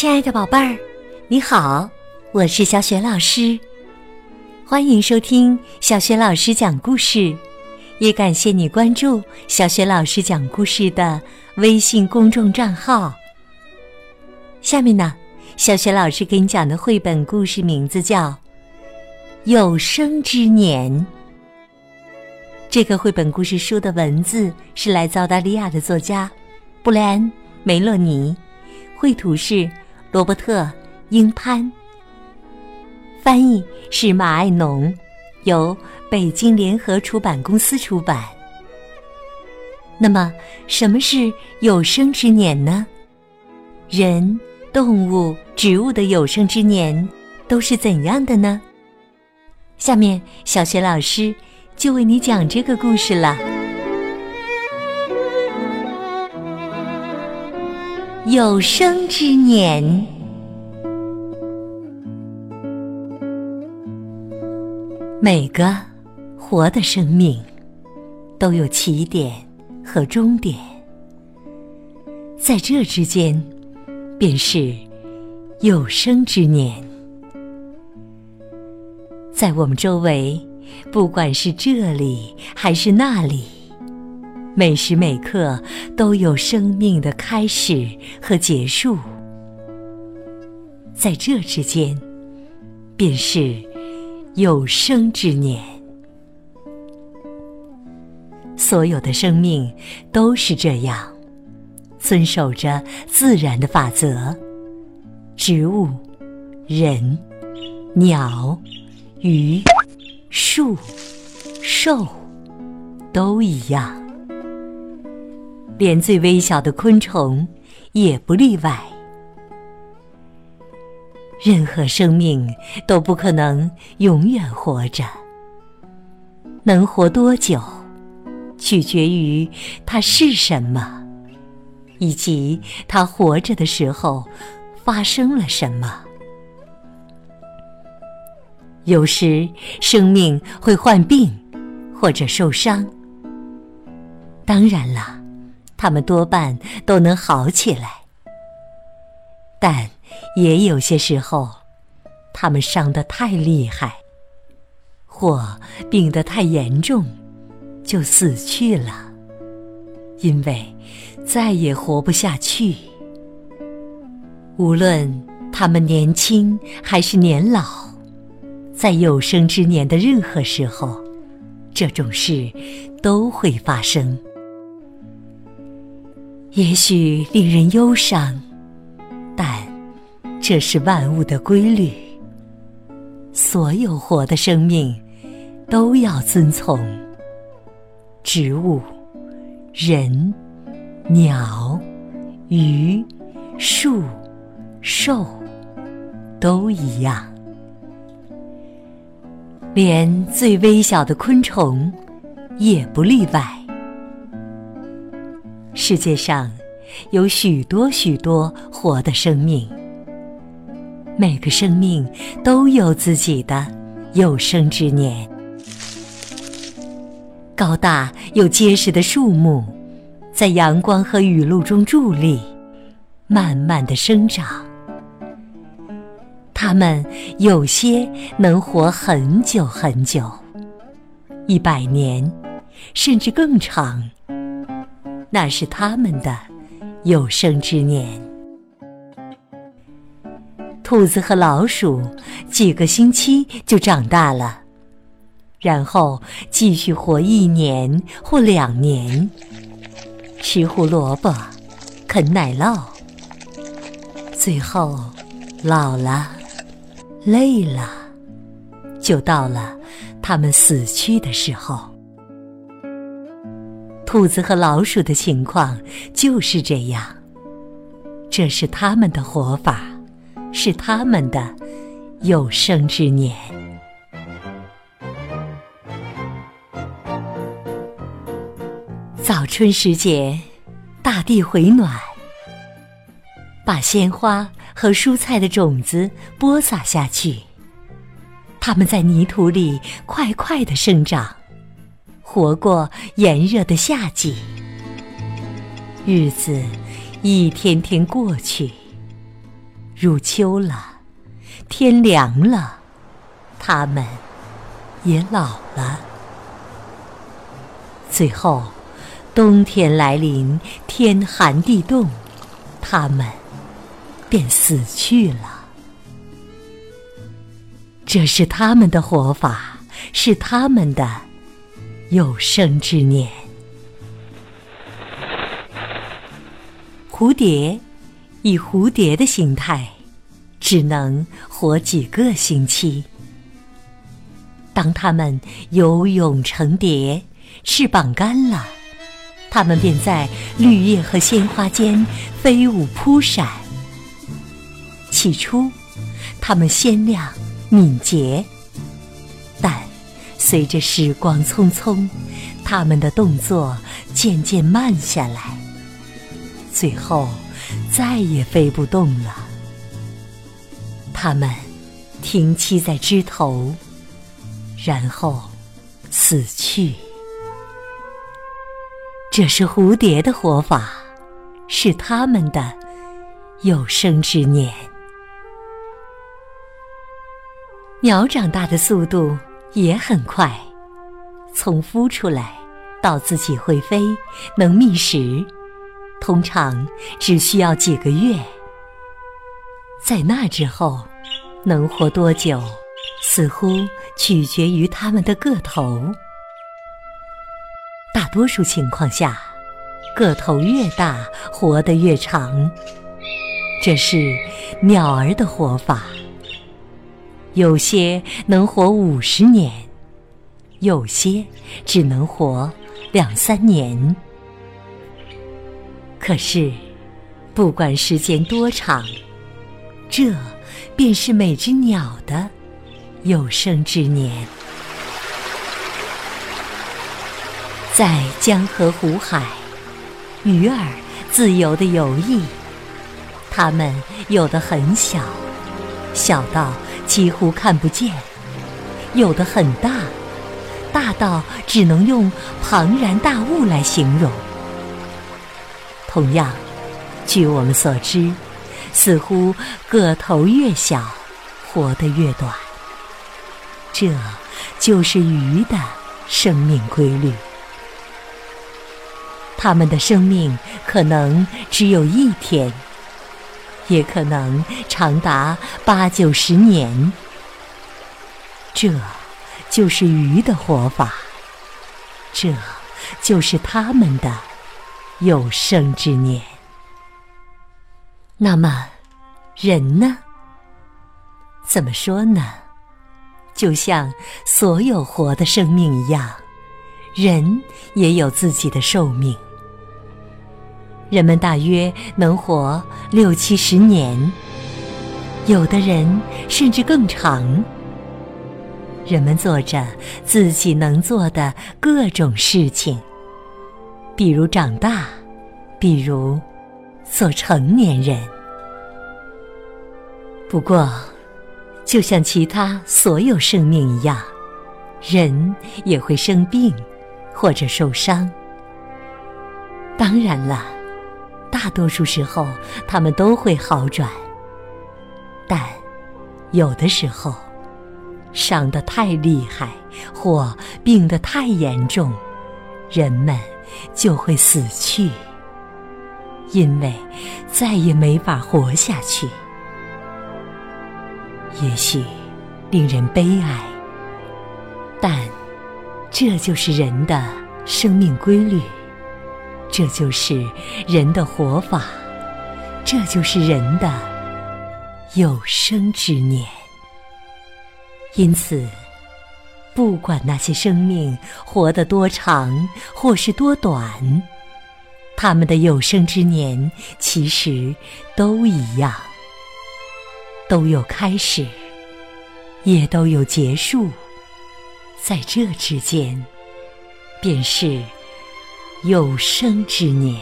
亲爱的宝贝儿，你好，我是小雪老师，欢迎收听小雪老师讲故事，也感谢你关注小雪老师讲故事的微信公众账号。下面呢，小雪老师给你讲的绘本故事名字叫《有生之年》。这个绘本故事书的文字是来自澳大利亚的作家布莱恩·梅洛尼，绘图是罗伯特·英潘，翻译是马爱农，由北京联合出版公司出版。那么，什么是有生之年呢？人、动物、植物的有生之年都是怎样的呢？下面，小雪老师就为你讲这个故事了。有生之年，每个活的生命都有起点和终点，在这之间便是有生之年。在我们周围，不管是这里还是那里，每时每刻都有生命的开始和结束，在这之间便是有生之年。所有的生命都是这样，遵守着自然的法则，植物、人、鸟、鱼、树、兽都一样，连最微小的昆虫也不例外。任何生命都不可能永远活着，能活多久，取决于它是什么，以及它活着的时候发生了什么。有时生命会患病或者受伤，当然了，它们多半都能好起来，但也有些时候，它们伤得太厉害，或病得太严重，就死去了，因为再也活不下去。无论它们年轻还是年老，在有生之年的任何时候，这种事都会发生。也许令人忧伤，但这是万物的规律。所有活的生命都要遵从，植物、人、鸟、鱼、树、兽都一样，连最微小的昆虫也不例外。世界上有许多许多活的生命，每个生命都有自己的有生之年。高大又结实的树木，在阳光和雨露中伫立，慢慢地生长。它们有些能活很久很久，100年，甚至更长，那是它们的有生之年。兔子和老鼠几个星期就长大了，然后继续活1年或2年，吃胡萝卜，啃奶酪，最后老了，累了，就到了它们死去的时候。兔子和老鼠的情况就是这样，这是它们的活法，是它们的有生之年。早春时节，大地回暖，把鲜花和蔬菜的种子播撒下去，它们在泥土里快快地生长，活过炎热的夏季。日子一天天过去， 入秋了，天凉了，它们也老了。最后，冬天来临，天寒地冻，它们便死去了。这是它们的活法，是它们的有生之年。蝴蝶以蝴蝶的形态，只能活几个星期。当它们游泳成蝶，翅膀干了，它们便在绿叶和鲜花间飞舞扑闪。起初，它们鲜亮敏捷，但随着时光匆匆，它们的动作渐渐慢下来，最后再也飞不动了。它们停栖在枝头，然后死去。这是蝴蝶的活法，是它们的有生之年。鸟长大的速度也很快，从孵出来到自己会飞，能觅食，通常只需要几个月。在那之后，能活多久，似乎取决于它们的个头。大多数情况下，个头越大，活得越长。这是鸟儿的活法。有些能活50年，有些只能活2、3年。可是，不管时间多长，这便是每只鸟的有生之年。在江河湖海，鱼儿自由地游弋，它们有的很小，小到几乎看不见；有的很大，大到只能用庞然大物来形容。同样，据我们所知，似乎个头越小，活得越短。这就是鱼的生命规律。它们的生命可能只有1天，也可能长达8、90年。这就是鱼的活法，这就是它们的有生之年。那么，人呢？怎么说呢？就像所有活的生命一样，人也有自己的寿命。人们大约能活60、70年，有的人甚至更长。人们做着自己能做的各种事情，比如长大，比如做成年人。不过，就像其他所有生命一样，人也会生病或者受伤。当然了，大多数时候他们都会好转，但有的时候伤得太厉害或病得太严重，人们就会死去，因为再也没法活下去。也许令人悲哀，但这就是人的生命规律，这就是人的活法，这就是人的有生之年。因此，不管那些生命活得多长或是多短，他们的有生之年其实都一样，都有开始，也都有结束，在这之间，便是有生之年。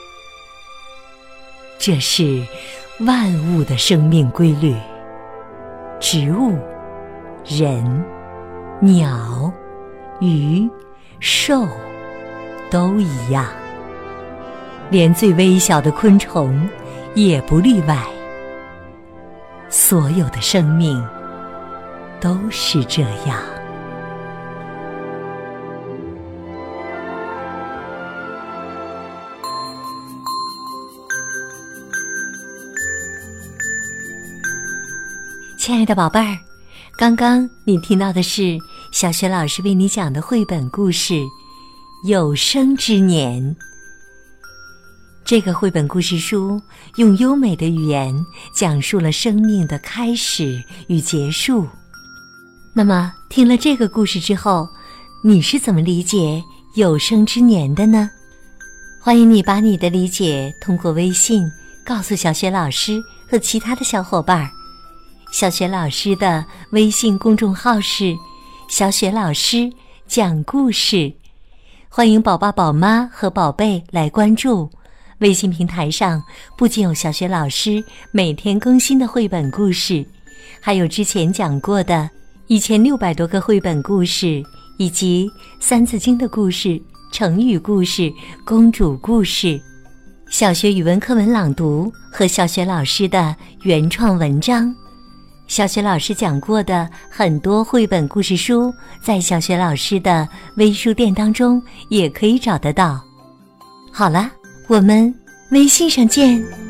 这是万物的生命规律，植物、人、鸟、鱼、兽都一样，连最微小的昆虫也不例外。 所有的生命都是这样。亲爱的宝贝儿，刚刚你听到的是小雪老师为你讲的绘本故事《有生之年》。这个绘本故事书用优美的语言讲述了生命的开始与结束。那么听了这个故事之后，你是怎么理解有生之年的呢？欢迎你把你的理解通过微信告诉小雪老师和其他的小伙伴。小雪老师的微信公众号是小雪老师讲故事，欢迎宝宝宝妈和宝贝来关注。微信平台上不仅有小雪老师每天更新的绘本故事，还有之前讲过的1600多个绘本故事，以及三字经的故事、成语故事、公主故事、小学语文课文朗读和小雪老师的原创文章。小雪老师讲过的很多绘本故事书，在小雪老师的微书店当中也可以找得到。好了，我们微信上见。